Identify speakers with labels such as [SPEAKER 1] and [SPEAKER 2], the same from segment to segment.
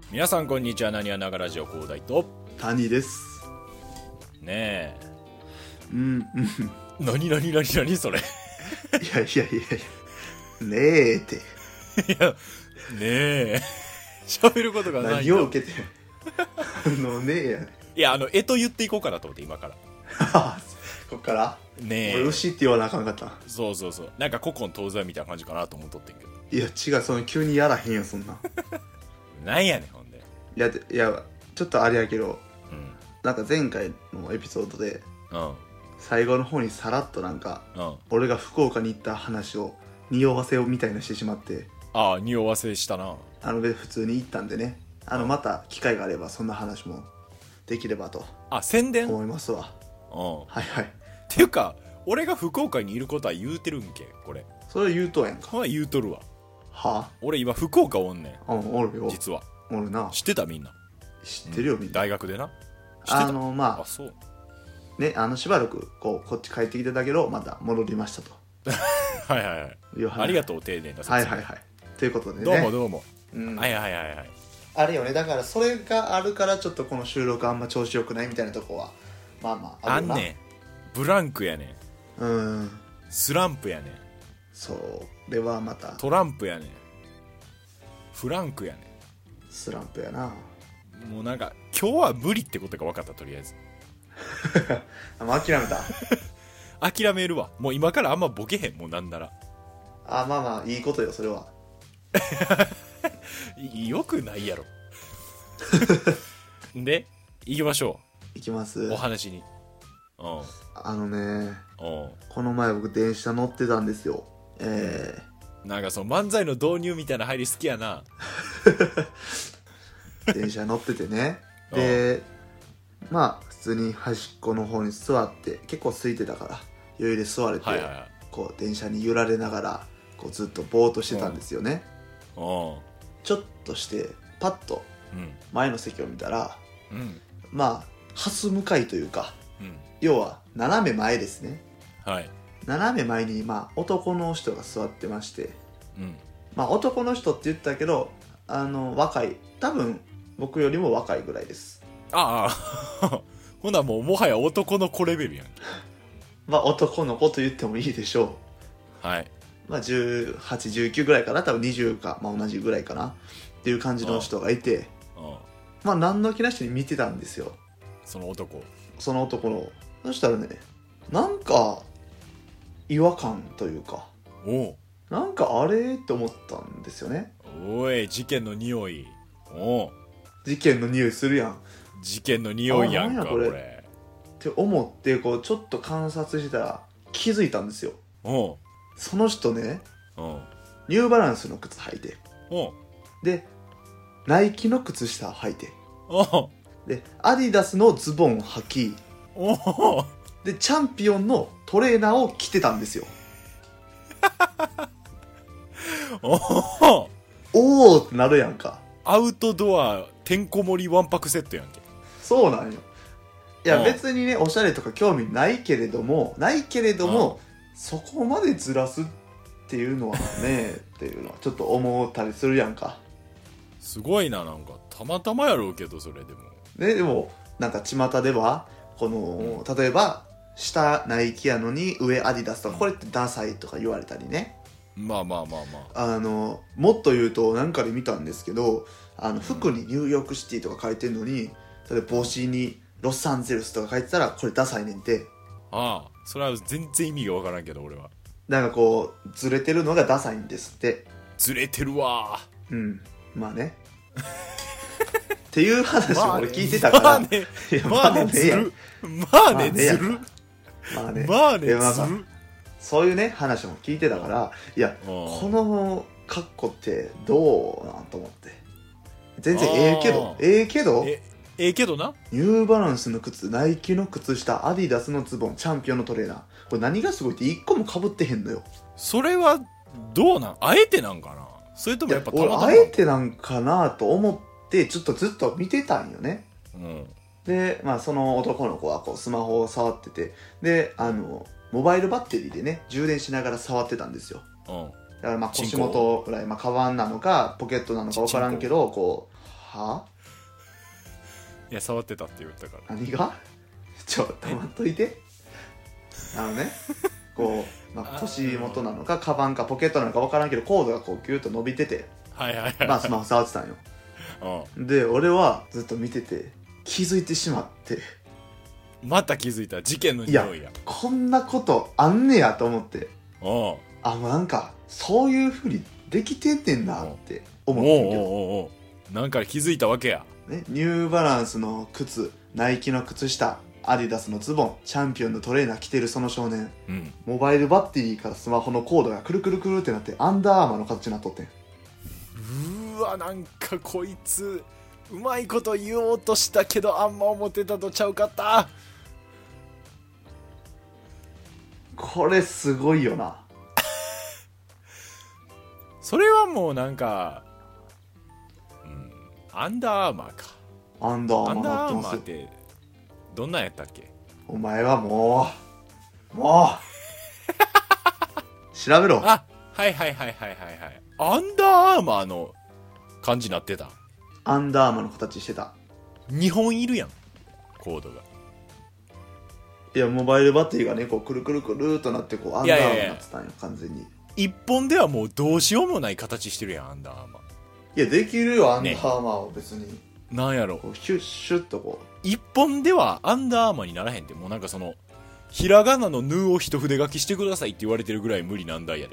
[SPEAKER 1] 皆さんこんにちは。なにわながラジオ広大と
[SPEAKER 2] 谷です
[SPEAKER 1] ねえ。
[SPEAKER 2] うん
[SPEAKER 1] 何それ。
[SPEAKER 2] いやねえって
[SPEAKER 1] いやねえ喋ることがない
[SPEAKER 2] 何を受けてねえやね
[SPEAKER 1] いやと言っていこうかなと思って今から
[SPEAKER 2] こっから
[SPEAKER 1] ねえ。
[SPEAKER 2] 俺牛って言わなあかんかった。
[SPEAKER 1] そうなんか古今東西みたいな感じかなと思っとってんけど、
[SPEAKER 2] いや違う、その急にやらへんよそんな。
[SPEAKER 1] なんやねんほんで。
[SPEAKER 2] いやちょっとあれやけど、
[SPEAKER 1] うん
[SPEAKER 2] なんか前回のエピソードで
[SPEAKER 1] うん
[SPEAKER 2] 最後の方にさらっとなんか
[SPEAKER 1] うん
[SPEAKER 2] 俺が福岡に行った話を匂わせをみたいなしてしまって、
[SPEAKER 1] ああ匂わせしたな。
[SPEAKER 2] 普通に行ったんでね、また機会があればそんな話もできればと
[SPEAKER 1] あ宣伝。
[SPEAKER 2] 思いますわ。
[SPEAKER 1] うん
[SPEAKER 2] はいはい。
[SPEAKER 1] っていうか俺が福岡にいることは言うてるんけこれ。
[SPEAKER 2] それ言うとやんか。
[SPEAKER 1] まあ言うとるわ。
[SPEAKER 2] は
[SPEAKER 1] 俺今福岡おんねん
[SPEAKER 2] おるよ。
[SPEAKER 1] 実は。
[SPEAKER 2] おるな。
[SPEAKER 1] 知ってたみんな。
[SPEAKER 2] 知ってるよみんな。
[SPEAKER 1] 大学でな。知ってた。
[SPEAKER 2] ま
[SPEAKER 1] あそう
[SPEAKER 2] ね、しばらくこっち帰ってきてたけどまた戻りましたと
[SPEAKER 1] はいはいはい
[SPEAKER 2] いう話。
[SPEAKER 1] ありがとう丁寧な説明。
[SPEAKER 2] はいはいはい。ということでね、
[SPEAKER 1] どうも、
[SPEAKER 2] うん、
[SPEAKER 1] はい
[SPEAKER 2] あれよね、だからそれがあるからちょっとこの収録あんま調子よくないみたいなとこはまあ
[SPEAKER 1] あ
[SPEAKER 2] るよな。
[SPEAKER 1] んねん。ブランクやねん。
[SPEAKER 2] うん
[SPEAKER 1] スランプやねん。
[SPEAKER 2] それはまた
[SPEAKER 1] トランプやねん。フランクやね
[SPEAKER 2] スランプやな。
[SPEAKER 1] ん。もうなんか今日は無理ってことが分かった。とりあえず
[SPEAKER 2] もう諦めた。
[SPEAKER 1] 諦めるわ。もう今からあんまボケへん。もうなんなら
[SPEAKER 2] まあいいことよそれは。
[SPEAKER 1] よくないやろで行きましょ
[SPEAKER 2] いきます。
[SPEAKER 1] うお話に。
[SPEAKER 2] この前僕電車乗ってたんですよ。
[SPEAKER 1] なんかその漫才の導入みたいな入り好きやな。
[SPEAKER 2] 電車乗っててねでまあ普通に端っこの方に座って結構空いてたから余裕で座れて、こう電車に揺られながらこうずっとぼーっとしてたんですよね。ちょっとしてパッと前の席を見たら、まあ端向かいというか、要は斜め前ですね。斜め前に男の人が座ってまして、男の人って言ったけど若い、多分僕よりも若いぐらいです。
[SPEAKER 1] ほなもうもはや男の子レベルやん。
[SPEAKER 2] 男の子と言ってもいいでしょう。18、19ぐらいかな、多分20か、同じぐらいかなっていう感じの人がいて、何の気なしに見てたんですよ、その男の。そしたらね、なんか違和感というか、なんかあれって思ったんですよね。
[SPEAKER 1] おい事件の匂い。
[SPEAKER 2] 事件の匂いするやん。
[SPEAKER 1] 事件の匂いやんかこれ
[SPEAKER 2] って思ってこうちょっと観察してたら気づいたんですよ。その人ね、ニューバランスの靴履いて、でナイキの靴下履いて、でアディダスのズボン履き、でチャンピオンのトレーナーを着てたんですよ。おーってなるやんか。
[SPEAKER 1] アウトドアてんこ盛りわんぱくセットやんけ。そう
[SPEAKER 2] なんよ。いや別にねおしゃれとか興味ないけれどもそこまでずらすっていうのはねっていうのはちょっと思ったりするやんか。
[SPEAKER 1] すごいな。なんかたまたまやろうけどそれでも
[SPEAKER 2] ね。でもなんか巷ではこの、例えば下ナイキやのに上アディダスとか、これってダサいとか言われたりね。もっと言うとなんかで見たんですけど、服にニューヨークシティとか書いてんのに、例えば帽子にロサンゼルスとか書いてたらこれダサいねんて。
[SPEAKER 1] それは全然意味がわからんけど俺は
[SPEAKER 2] なんかこうずれてるのがダサいんですって。
[SPEAKER 1] ずれてるわ。
[SPEAKER 2] まあねっていう話を俺聞いてたからずるそういうね話も聞いてたから、いやこのカッコってどうなんと思って。全然ええけどな。ニューバランスの靴、ナイキの靴下、アディダスのズボン、チャンピオンのトレーナー、これ何がすごいって1個も被ってへんのよ。
[SPEAKER 1] それはどうなん？あえてなんかな、それともやっぱたまたま？
[SPEAKER 2] 俺あえてなんかなと思ってちょっとずっと見てたんよね。でその男の子はこうスマホを触ってて、でモバイルバッテリーでね充電しながら触ってたんですよ。だから腰元ぐらい、カバンなのかポケットなのか分からんけどこう
[SPEAKER 1] いや触ってたって言ったから。
[SPEAKER 2] 何が黙っといて。こう、腰元なのかカバンかポケットなのか分からんけどコードがこうギュッと伸びてて、
[SPEAKER 1] はいはいはい。
[SPEAKER 2] スマホ触ってたんよ。
[SPEAKER 1] うん。
[SPEAKER 2] で俺はずっと見てて気づいてしまって、
[SPEAKER 1] また気づいた事件の
[SPEAKER 2] いや
[SPEAKER 1] 匂いや。
[SPEAKER 2] こんなことあんねやと思って、
[SPEAKER 1] うん。
[SPEAKER 2] もうなんかそういうふうにできてんねんなって思
[SPEAKER 1] おう
[SPEAKER 2] ってんけど、
[SPEAKER 1] おうなんか気づいたわけや。
[SPEAKER 2] ね、ニューバランスの靴、ナイキの靴下、アディダスのズボン、チャンピオンのトレーナー着てるその少年、
[SPEAKER 1] うん。
[SPEAKER 2] モバイルバッテリーからスマホのコードがくるくるくるってなってアンダーアーマーの形になっとってん。
[SPEAKER 1] うーわ、なんかこいつうまいこと言おうとしたけどあんま思ってたとちゃうかった。
[SPEAKER 2] これすごいよな。
[SPEAKER 1] それはもうなんか、アンダーアーマーか。
[SPEAKER 2] アンダーアーマー
[SPEAKER 1] アンダーアー
[SPEAKER 2] なってますよ。
[SPEAKER 1] マーってどんなんやったっけ？
[SPEAKER 2] お前はもう調べろ。
[SPEAKER 1] あ、はいはいはいはいはいはい。アンダーアーマーの感じになってた。
[SPEAKER 2] アンダーアーマーの形してた。
[SPEAKER 1] 2本いるやん、コードが。
[SPEAKER 2] いや、モバイルバッテリーがねこうくるくるくるっとなってこうアンダーアーマーになってたんよ。完全に。
[SPEAKER 1] 1本ではもうどうしようもない形してるやん、アンダーアーマー。
[SPEAKER 2] いやできるよアンダーアーマーを別に、
[SPEAKER 1] なんやろ、
[SPEAKER 2] こうシュッシュッとこ
[SPEAKER 1] 1本ではアンダーアーマーにならへんって。もうなんかそのひらがなのヌーを一筆書きしてくださいって言われてるぐらい無理難題やで。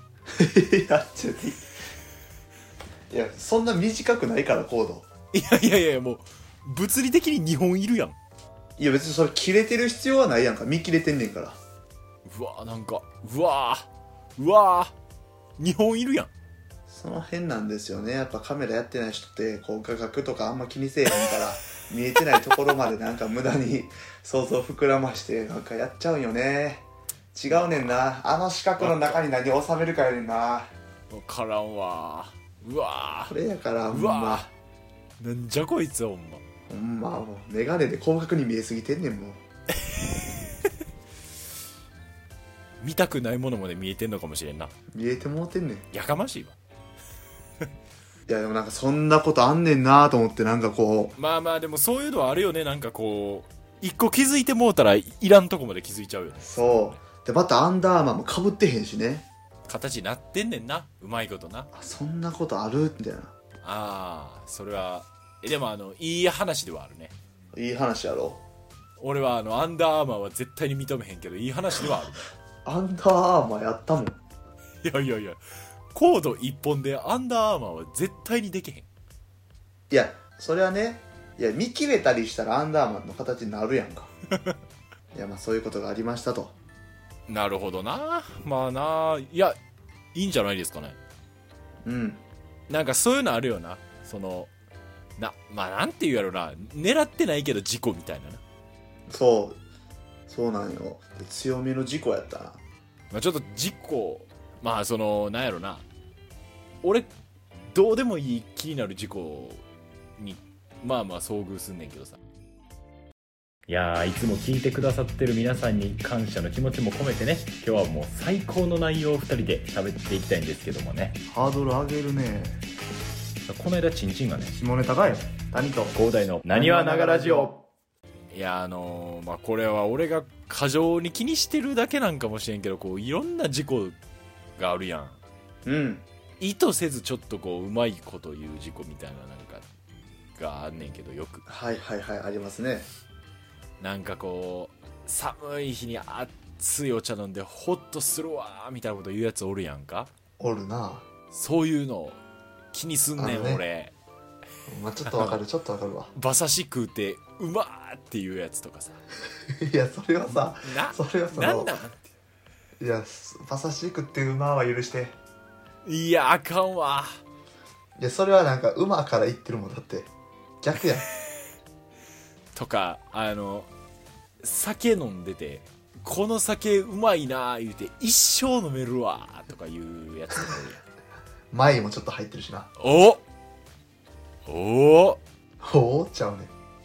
[SPEAKER 2] いやそんな短くないからコード。
[SPEAKER 1] いやもう物理的に2本いるやん。
[SPEAKER 2] いや別にそれ切れてる必要はないやんか。見切れてんねんから。
[SPEAKER 1] うわなんかうわ2本いるやん。
[SPEAKER 2] その辺なんですよね。やっぱカメラやってない人ってこう画角とかあんま気にせえへんから見えてないところまでなんか無駄に想像膨らましてなんかやっちゃうんよね。違うねんな。あの四角の中に何を収めるかやねんな。
[SPEAKER 1] 分からんわ。うわ
[SPEAKER 2] これやからほん
[SPEAKER 1] うわ
[SPEAKER 2] ま
[SPEAKER 1] なんじゃこいつほんま。
[SPEAKER 2] ほんまもうメガネで広角に見えすぎてんねん。もう
[SPEAKER 1] 見たくないものまで見えてんのかもしれんな。
[SPEAKER 2] 見えてもうてんねん。い
[SPEAKER 1] やかましいわ。
[SPEAKER 2] やでもなんかそんなことあんねんなと思って、なんかこ
[SPEAKER 1] まあまあでもそういうのはあるよね。なんかこう一個気づいてもうたらいらんとこまで気づいちゃうよね。
[SPEAKER 2] うそうでまたアンダーアーマーもかぶってへんしね。
[SPEAKER 1] 形になってんねんな、うまいことな。
[SPEAKER 2] あそんなことあるみたいな。
[SPEAKER 1] ああそれはでもいい話ではあるね。
[SPEAKER 2] いい話やろ。
[SPEAKER 1] 俺はアンダーアーマーは絶対に認めへんけどいい話ではあるね。
[SPEAKER 2] アンダーアーマーやったもん。
[SPEAKER 1] いやコード1本でアンダーアーマーは絶対にできへん。
[SPEAKER 2] いやそれはね、いや見切れたりしたらアンダーマンの形になるやんか。いやまあそういうことがありましたと。
[SPEAKER 1] なるほどな。まあないやいいんじゃないですかね。なんかそういうのあるよな。そのまあなんて言うやろな、狙ってないけど事故みたいなな。
[SPEAKER 2] そうなんよ。強めの事故やったな。
[SPEAKER 1] まあ、ちょっと事故、まあそのなんやろな、俺どうでもいい気になる事故にまあ遭遇すんねんけどさ。いやーいつも聞いてくださってる皆さんに感謝の気持ちも込めてね、今日はもう最高の内容を2人で喋っていきたいんですけどもね。
[SPEAKER 2] ハードル上げるね。
[SPEAKER 1] この間チンチンがね、
[SPEAKER 2] 下ネタかい谷と
[SPEAKER 1] 広大のなにわながラジオ。いやまあこれは俺が過剰に気にしてるだけなんかもしれんけど、こういろんな事故があるやん。意図せずちょっとこううまいこと言う事故みたいななんかがあんねんけど、よく
[SPEAKER 2] はいありますね。
[SPEAKER 1] なんかこう寒い日に熱いお茶飲んでホッとするわみたいなこと言うやつおるやんか。
[SPEAKER 2] おるな。
[SPEAKER 1] そういうの気にすんねん俺。
[SPEAKER 2] まあちょっとわかるちょっとわかるわ。
[SPEAKER 1] 馬刺し食うてうまーっていうやつとかさ。
[SPEAKER 2] いやそれはさそれはさ
[SPEAKER 1] なんなん
[SPEAKER 2] いや馬刺し食って馬は許して。
[SPEAKER 1] いやあかんわ。
[SPEAKER 2] いやそれはなんか馬から言ってるもん。だって逆やん。
[SPEAKER 1] とか酒飲んでてこの酒うまいな言うて一生飲めるわとかいうやつとかおるやん。
[SPEAKER 2] 前もちょっと入ってるしな。
[SPEAKER 1] お
[SPEAKER 2] ちゃうね。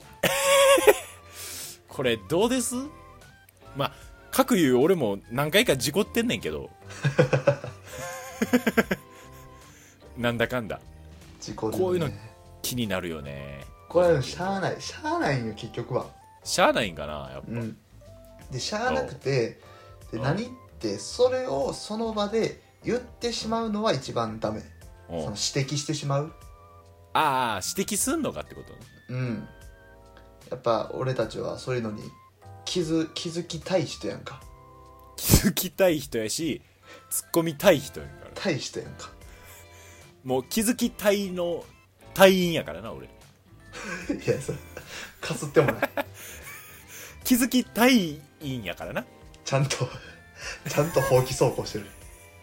[SPEAKER 1] これどうです？まあ各言う俺も何回か事故ってんねんけどなんだかんだ
[SPEAKER 2] 事故で、ね、
[SPEAKER 1] こういうの気になるよね。
[SPEAKER 2] これしゃあないんよ結局は。
[SPEAKER 1] しゃあないんかなやっぱ、
[SPEAKER 2] でしゃあなくて、で何ってそれをその場で言ってしまうのは一番ダメ。その指摘してしまう。
[SPEAKER 1] ああ指摘すんのかってことね。
[SPEAKER 2] やっぱ俺たちはそういうのに気づきたい人やんか。
[SPEAKER 1] 気づきたい人やし突っ込みたい人やから。
[SPEAKER 2] たい人やんか。
[SPEAKER 1] もう気づきたいの隊員やからな俺。
[SPEAKER 2] いやそれかすってもない
[SPEAKER 1] 気づきたい員やからな。
[SPEAKER 2] ちゃんと法規走行してる。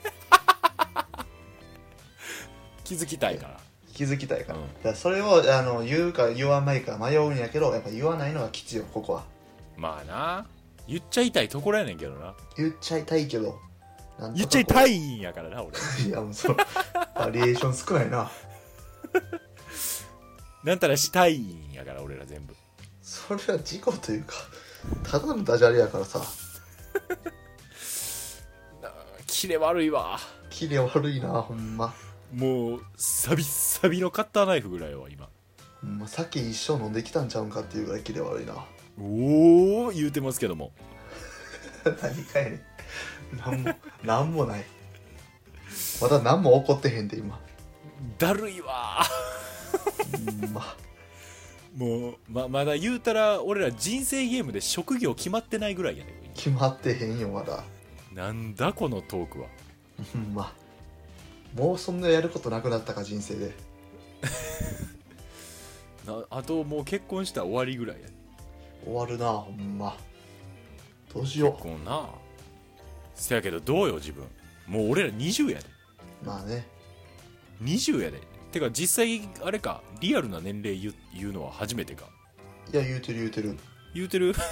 [SPEAKER 1] 気づきたいから。
[SPEAKER 2] 気づきたいから、だからそれを言うか言わないか迷うんやけど、やっぱ言わないのがきついよここは。
[SPEAKER 1] まあな言っちゃいたいところやねんけどな。
[SPEAKER 2] 言っちゃいたいけどなんとか
[SPEAKER 1] 言っちゃいたいんやからな俺。
[SPEAKER 2] いやもうそのバリエーション少ないな。
[SPEAKER 1] なんたらしたいんやから俺ら全部。
[SPEAKER 2] それは事故というかただのダジャレやからさ。
[SPEAKER 1] キレ悪いわ。
[SPEAKER 2] キレ悪いなほんま。
[SPEAKER 1] もうサビサビのカッターナイフぐらいは今。
[SPEAKER 2] ほんま酒一生飲んできたんちゃうんかっていうぐらいキレ悪いな。
[SPEAKER 1] おお言うてますけども。
[SPEAKER 2] 何かやねん。なんもない。まだ何も起こってへんで今。
[SPEAKER 1] だるいわ。
[SPEAKER 2] ま
[SPEAKER 1] もう まだ言うたら俺ら人生ゲームで職業決まってないぐらいやねん。
[SPEAKER 2] 決まってへんよまだ。
[SPEAKER 1] なんだこのトークは。
[SPEAKER 2] もうそんなやることなくなったか人生で。
[SPEAKER 1] あともう結婚したら終わりぐらいやね。
[SPEAKER 2] 終わるなほんま。どうしよう。
[SPEAKER 1] 結婚な。せやけどどうよ自分。もう俺ら20やで。
[SPEAKER 2] まあね
[SPEAKER 1] 20やで。てか実際あれかリアルな年齢言うのは初めてか。
[SPEAKER 2] いや言うてる
[SPEAKER 1] 言うてる
[SPEAKER 2] 言うてる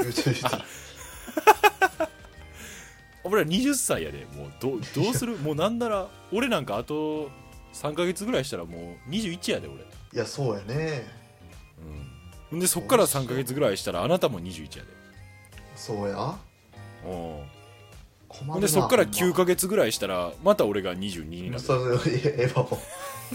[SPEAKER 1] 俺ら20歳やで。もうどうするもうなんなら俺なんかあと3ヶ月ぐらいしたらもう21やで俺。
[SPEAKER 2] いやそうやね。
[SPEAKER 1] んでそっから3ヶ月ぐらいしたらあなたも21やで。
[SPEAKER 2] そうや。
[SPEAKER 1] ほんでそっから9ヶ月ぐらいしたらまた俺が22になる。
[SPEAKER 2] そうエヴァも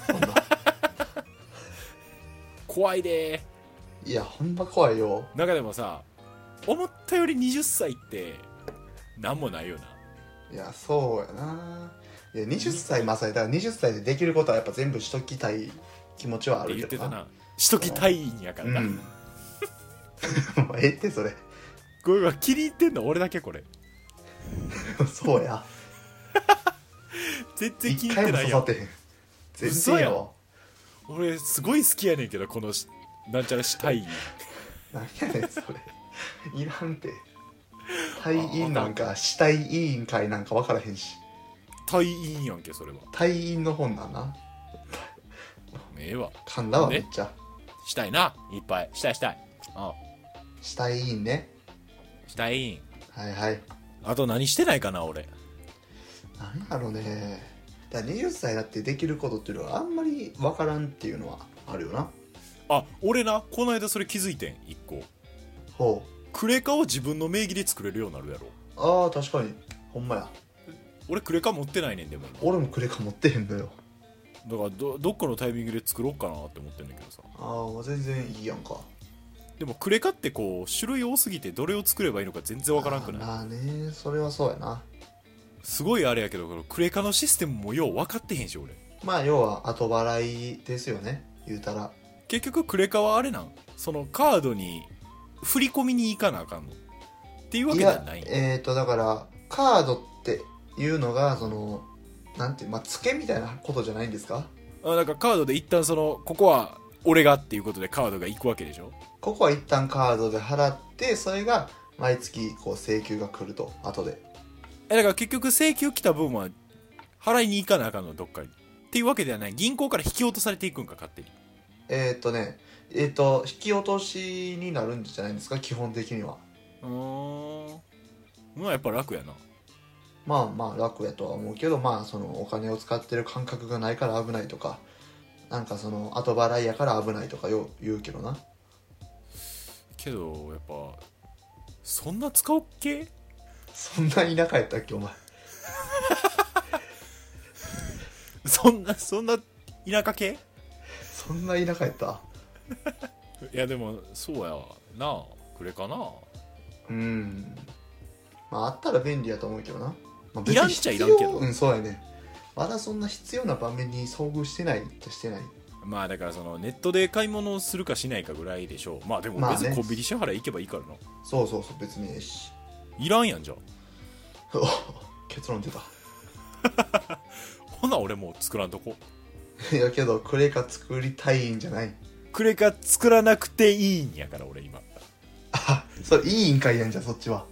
[SPEAKER 1] 怖いで。
[SPEAKER 2] いやほんま怖いよ。
[SPEAKER 1] 中でもさ思ったより20歳ってなんもないよな。
[SPEAKER 2] いやそうやな。いや20歳まさにだから20歳でできることはやっぱ全部しときたい気持ちはあるけどな。
[SPEAKER 1] って言ってたな。しときたいんやからな。
[SPEAKER 2] もうええってそれ。
[SPEAKER 1] これは気に入ってんの俺だけこれ。
[SPEAKER 2] そうや。
[SPEAKER 1] 全然気に入ってないやん。
[SPEAKER 2] 一回も刺さってへん。全然やわ。
[SPEAKER 1] 俺すごい好きやねんけどこのなんちゃらしたい。
[SPEAKER 2] 何やねんそれ。いらんて。退院なんかしたい委員会なんか分からへんし。
[SPEAKER 1] 退院やんけそれは。
[SPEAKER 2] 退院の本なんな。
[SPEAKER 1] ええわ。
[SPEAKER 2] 噛んだわめっちゃ。
[SPEAKER 1] したいないっぱいしたい。
[SPEAKER 2] したい委員ね。
[SPEAKER 1] したい。
[SPEAKER 2] はいはい。
[SPEAKER 1] あと何してないかな俺。
[SPEAKER 2] 何やろね。だから20歳だってできることっていうのはあんまり分からんっていうのはあるよな。
[SPEAKER 1] あ俺なこの間それ気づいてん1個。
[SPEAKER 2] ほう。
[SPEAKER 1] クレカを自分の名義で作れるようになるやろ。
[SPEAKER 2] ああ確かにほんまや。
[SPEAKER 1] 俺クレカ持ってないねんでも。
[SPEAKER 2] 俺もクレカ持ってへんのよ。
[SPEAKER 1] だからどっかのタイミングで作ろうかなって思ってんだけどさ。
[SPEAKER 2] ああ全然いいやんか。
[SPEAKER 1] でもクレカってこう種類多すぎてどれを作ればいいのか全然わからんくない。
[SPEAKER 2] まあねそれはそうやな。
[SPEAKER 1] すごいあれやけどこのクレカのシステムもよう分かってへんし俺。
[SPEAKER 2] まあ要は後払いですよね言うたら。
[SPEAKER 1] 結局クレカはあれなんそのカードに振り込みに行かなあかんのっていうわけじゃない。
[SPEAKER 2] だからカードっていうのがそのなんていう付けみたいなことじゃないんですか。
[SPEAKER 1] なんかカードで一旦そのここは俺がっていうことでカードが行くわけでしょ。
[SPEAKER 2] ここは一旦カードで払ってそれが毎月こう請求が来ると後で。
[SPEAKER 1] だから結局請求来た分は払いに行かなあかんのどっかにっていうわけではない。銀行から引き落とされていくんか勝手に。
[SPEAKER 2] 引き落としになるんじゃないんですか基本的には。
[SPEAKER 1] まあやっぱ楽やな。
[SPEAKER 2] まあ楽やとは思うけどそのお金を使ってる感覚がないから危ないとかなんかその後払いやから危ないとかよう言うけどな。
[SPEAKER 1] けどやっぱそんな使おっけ。
[SPEAKER 2] そんな田舎やったっけお前。
[SPEAKER 1] そんな田舎系。
[SPEAKER 2] そんな田舎やった？
[SPEAKER 1] いやでもそうやなあ、くれかな。
[SPEAKER 2] まああったら便利やと思うけどな、まあ、
[SPEAKER 1] いらんっちゃいらんけど、
[SPEAKER 2] そうやね。まだそんな必要な場面に遭遇してないってしてない。
[SPEAKER 1] まあだからそのネットで買い物をするかしないかぐらいでしょう。まあでも別にコンビニ支払い行けばいいからな、
[SPEAKER 2] そうそうそう、別にええし。
[SPEAKER 1] いらんやんじゃあ
[SPEAKER 2] 結論出た
[SPEAKER 1] ほな俺もう作らんとこ。
[SPEAKER 2] いやけどクレカ作りたいんじゃない？
[SPEAKER 1] クレカ作らなくていいんやから俺今。
[SPEAKER 2] あ、それいいんかいやんじゃんそっちは。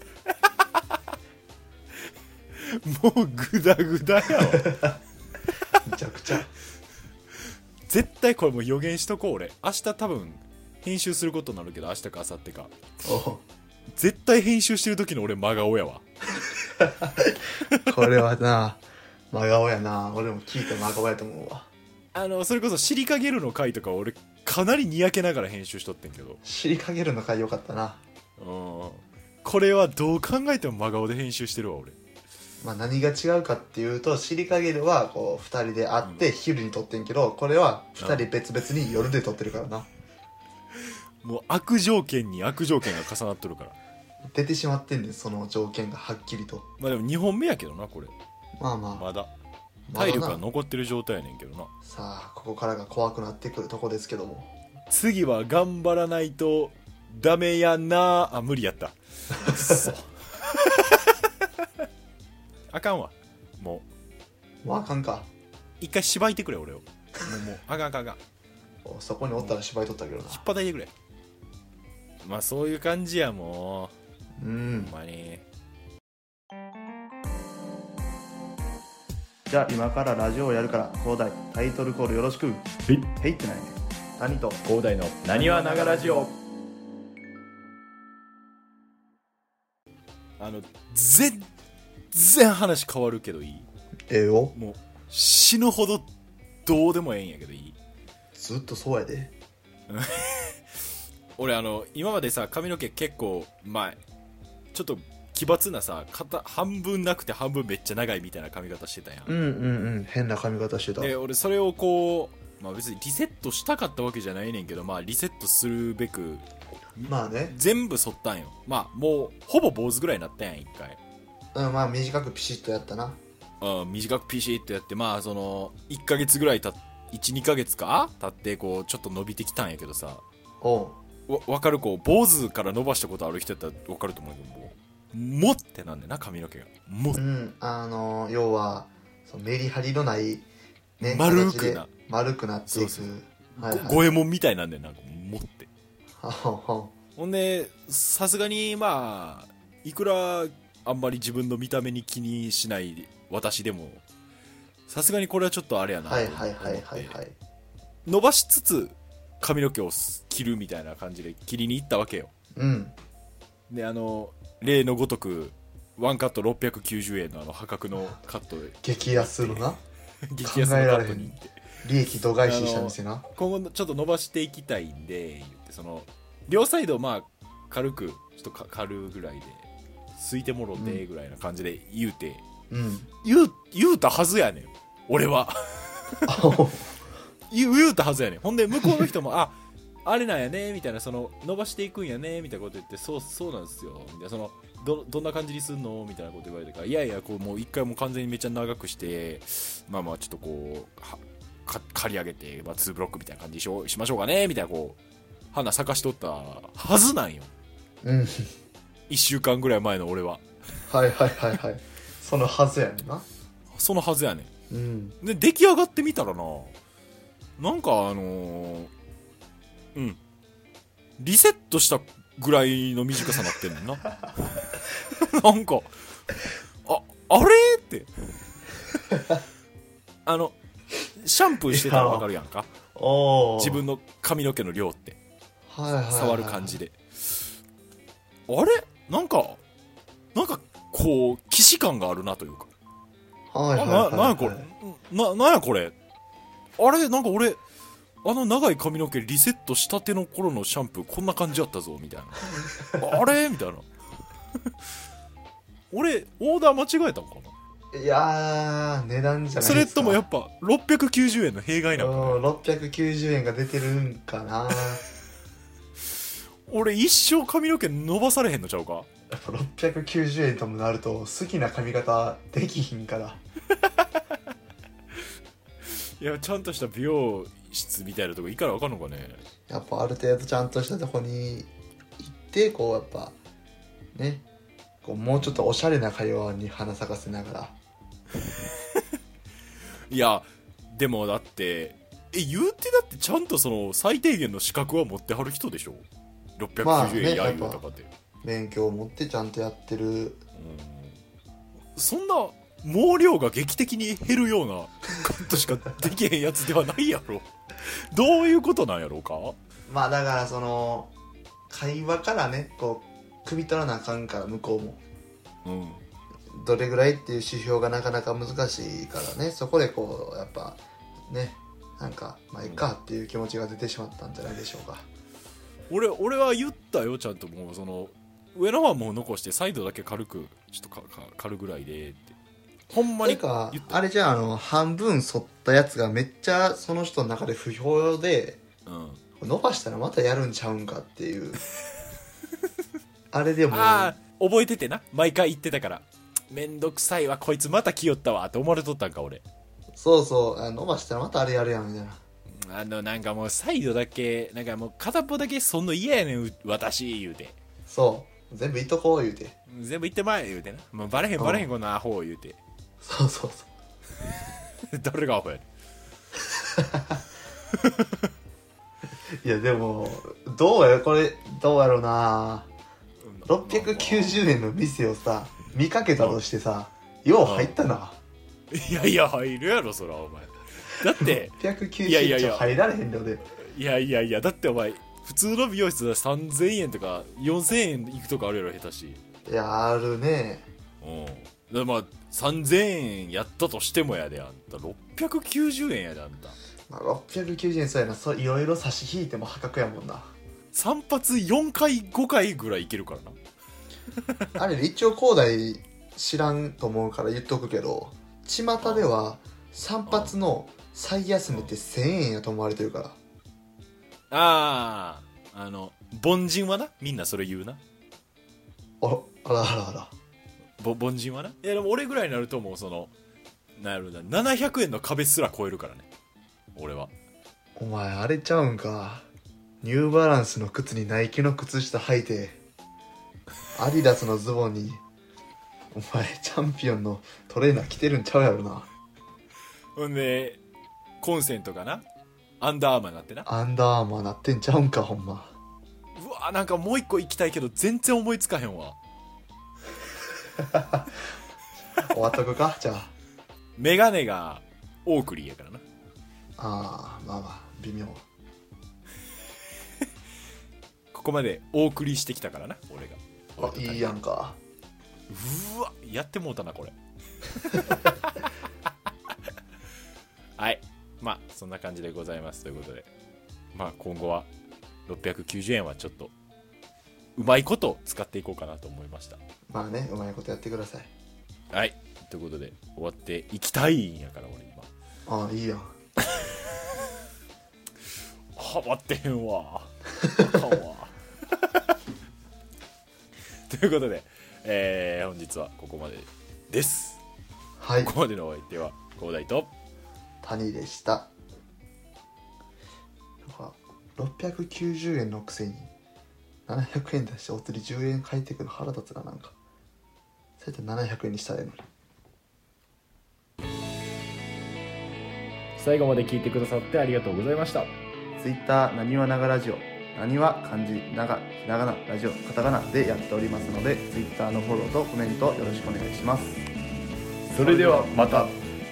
[SPEAKER 1] もうグダグダやわ
[SPEAKER 2] めちゃくちゃ。
[SPEAKER 1] 絶対これもう予言しとこう。俺明日多分編集することになるけど、明日か明後日か
[SPEAKER 2] お
[SPEAKER 1] 絶対編集してる時の俺真顔やわ
[SPEAKER 2] これはな真顔やな。俺も聞いて真顔やと思うわ。
[SPEAKER 1] それこそシリカゲルの回とか俺かなりにやけながら編集しとってんけど、
[SPEAKER 2] 知りかけるのかよかったな。
[SPEAKER 1] これはどう考えても真顔で編集してるわ俺。
[SPEAKER 2] まあ何が違うかっていうと、シリカゲルはこう2人で会って昼に撮ってんけど、これは2人別々に夜で撮ってるからな。
[SPEAKER 1] もう悪条件に悪条件が重なっとるから
[SPEAKER 2] 出てしまってんねん、その条件がはっきりと。
[SPEAKER 1] まあでも2本目やけどなこれ。
[SPEAKER 2] まあまあ
[SPEAKER 1] まだ
[SPEAKER 2] まだな
[SPEAKER 1] 体力が残ってる状態やねんけどな。
[SPEAKER 2] さあここからが怖くなってくるとこですけども、
[SPEAKER 1] 次は頑張らないとダメやなあ。無理やったそうあかんわ。も
[SPEAKER 2] もうあかんか。
[SPEAKER 1] う一回縛いてくれ俺を。もうあかんあかんあかん。
[SPEAKER 2] そこにおったら芝居撮ったけどな。
[SPEAKER 1] 引っ張いてくれ。まあそういう感じや。もうほんまに。
[SPEAKER 2] じゃあ今からラジオをやるから広大タイトルコールよろしく。
[SPEAKER 1] へい
[SPEAKER 2] へいってないね。谷と
[SPEAKER 1] 広大のなにわながラジオ。全然話変わるけどいい？
[SPEAKER 2] ええよ。
[SPEAKER 1] もう死ぬほどどうでもええんやけどいい？
[SPEAKER 2] ずっとそうやで。
[SPEAKER 1] 俺今までさ髪の毛結構ちょっと奇抜なさ、半分なくて半分めっちゃ長いみたいな髪型してたやん。
[SPEAKER 2] 変な髪型してた。
[SPEAKER 1] で俺それをこう、別にリセットしたかったわけじゃないねんけど、リセットするべく
[SPEAKER 2] まあね。
[SPEAKER 1] 全部剃ったんよ。もうほぼ坊主ぐらいになったやん一回。
[SPEAKER 2] まあ短くピシッとやったな。
[SPEAKER 1] 短くピシッとやって、その1ヶ月ぐらい12ヶ月か経ってこうちょっと伸びてきたんやけどさ。
[SPEAKER 2] おう
[SPEAKER 1] わかる？こう坊主から伸ばしたことある人やったらわかると思うけど、もってなんでな髪の毛がもっ、
[SPEAKER 2] 要はそのメリハリのないね、
[SPEAKER 1] 丸くな
[SPEAKER 2] 丸くなっていく。
[SPEAKER 1] そう
[SPEAKER 2] はいはい、
[SPEAKER 1] 五右衛門みたいなんでなんかもって。
[SPEAKER 2] はは
[SPEAKER 1] ほんでさすがにいくらあんまり自分の見た目に気にしない私でもさすがにこれはちょっとあれやなと思って、伸ばしつつ髪の毛を切るみたいな感じで切りに行ったわけよ。で例のごとくワンカット690円の破格のカットで
[SPEAKER 2] 激安のな
[SPEAKER 1] 激安のカットに行って
[SPEAKER 2] 利益度外視した店な。
[SPEAKER 1] 今後ちょっと伸ばしていきたいんで言って、その両サイド軽くちょっと刈るぐらいですいてもろてぐらいな感じで言うて、言うたはずやねん俺は言うたはずやねん。ほんで向こうの人もあれなんやねみたいな、その伸ばしていくんやねみたいなこと言って、そうなんですよみたいな、そのどんな感じにすんのみたいなこと言われてから、いやいやこうもう一回もう完全にめっちゃ長くして、ちょっとこう刈り上げて、2ブロックみたいな感じにしましょうかねみたいな、こう花咲かしとったはずなんよ。1週間ぐらい前の俺は。
[SPEAKER 2] はいそのはずやねんな。
[SPEAKER 1] そのはずやねん。で出来上がってみたらなんかリセットしたぐらいの短さなってんねんななんかあれってシャンプーしてたらわかるやんか、自分の髪の毛の量って、触る感じで、あれなんかこう既視感があるなというか、なんやこれなんやこれ、あれなんか俺長い髪の毛リセットしたての頃のシャンプーこんな感じやったぞみたいなあれみたいな俺オーダー間違えたのかな。
[SPEAKER 2] いやー値段じゃないですか。
[SPEAKER 1] それともやっぱ690円の弊害なのかな。
[SPEAKER 2] 690円が出てるんかな。
[SPEAKER 1] 俺一生髪の毛伸ばされへんのちゃうか。
[SPEAKER 2] やっぱ690円ともなると好きな髪型できひんから。
[SPEAKER 1] いやちゃんとした美容室みたいなとこ行から分かんのかね。
[SPEAKER 2] やっぱある程度ちゃんとしたとこに行ってこうやっぱねこうもうちょっとおしゃれな会話に花咲かせながら。
[SPEAKER 1] いやでもだって言うてだってちゃんとその最低限の資格は持ってはる人でしょ。690円やるとかって、
[SPEAKER 2] 勉強を持ってちゃんとやってる。
[SPEAKER 1] そんな毛量が劇的に減るようなカットしかできへんやつではないやろ。どういうことなんやろうか。
[SPEAKER 2] まあだからその会話からねこう汲み取らなあかんから向こうも、どれぐらいっていう指標がなかなか難しいからね、そこでこうやっぱねなんかまあいいかっていう気持ちが出てしまったんじゃないでしょうか。
[SPEAKER 1] 俺は言ったよちゃんと。もうその上の方はもう残してサイドだけ軽くちょっと軽ぐらいでってほんまに
[SPEAKER 2] 言った。あれじゃあ半分反ったやつがめっちゃその人の中で不評で、伸ばしたらまたやるんちゃうんかっていうあれでも
[SPEAKER 1] 覚えててな、毎回言ってたから。めんどくさいわこいつまた来よったわって思われとったんか俺。
[SPEAKER 2] そうそう伸ばしたらまたあれやるやんみたいな。
[SPEAKER 1] なんかもうサイドだけなんかもう片っぽだけそんの嫌やねん私言うて、
[SPEAKER 2] そう全部言っとこう言うて、
[SPEAKER 1] 全部言ってまえ言うてな、もうバレへんこのアホ言うて。
[SPEAKER 2] そうそうそう。
[SPEAKER 1] 誰がアホやね
[SPEAKER 2] いやでもどうやろうな。690円の店をさ見かけたとしてさ、よう入ったな。
[SPEAKER 1] いやいや入るやろそらお前。だって
[SPEAKER 2] 690円入られへんので。
[SPEAKER 1] いやだってお前普通の美容室で3000円とか4000円いくとかあるやろ下手し。
[SPEAKER 2] いやあるね。
[SPEAKER 1] だまあ3000円やったとしてもやであんた690円やであんた。
[SPEAKER 2] まあ、690円そうやな。いろいろ差し引いても破格やもんな。
[SPEAKER 1] 散髪4回5回ぐらいいけるからな。
[SPEAKER 2] あれ一応広大知らんと思うから言っとくけど、巷では散髪の最安値って1000円やと思われてるから。
[SPEAKER 1] 凡人はなみんなそれ言うな。
[SPEAKER 2] あら
[SPEAKER 1] 凡人はな。いやでも俺ぐらいになるともうそのなんやろな700円の壁すら超えるからね俺は。
[SPEAKER 2] お前あれちゃうんか、ニューバランスの靴にナイキの靴下履いてアディダスのズボンにお前チャンピオンのトレーナー着てるんちゃうやろな。
[SPEAKER 1] ほんでコンセントがなアンダーアーマーなってな。
[SPEAKER 2] アンダーアーマーなってんちゃうんかほんま。
[SPEAKER 1] うわなんかもう一個行きたいけど全然思いつかへんわ。
[SPEAKER 2] 終わっとくかじゃあ。
[SPEAKER 1] メガネがオークリーやからな。
[SPEAKER 2] まあ微妙。
[SPEAKER 1] ここまでお送りしてきたからな俺が。
[SPEAKER 2] いいやんか。
[SPEAKER 1] うわやってもうたなこれ。はいまあそんな感じでございますということで、まあ今後は690円はちょっとうまいこと使っていこうかなと思いました。
[SPEAKER 2] まあねうまいことやってください。
[SPEAKER 1] はいということで終わっていきたいんやから俺今。
[SPEAKER 2] いいやん。
[SPEAKER 1] ハマってへんわ。あかんわ。ということで、本日はここまでです。
[SPEAKER 2] はい。
[SPEAKER 1] ここまでのお相手は広大と
[SPEAKER 2] 谷でした。なんか690円のくせに700円出してお釣り10円返ってくる腹立つな。なんかそれで700円にしたらいいのに。
[SPEAKER 1] 最後まで聞いてくださってありがとうございました。
[SPEAKER 2] Twitter なにわながラジオ、なには漢字ながひらがなラジオカタカナでやっておりますので Twitter のフォローとコメントよろしくお願いします。
[SPEAKER 1] それではまた。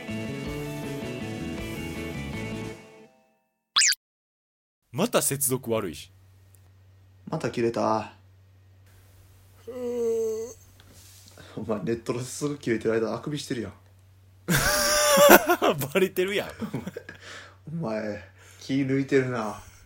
[SPEAKER 1] また接続悪いし。
[SPEAKER 2] また切れた。お前ネットの接続切れてる間あくびしてるやん。
[SPEAKER 1] バレてるやん。
[SPEAKER 2] お前気抜いてるな。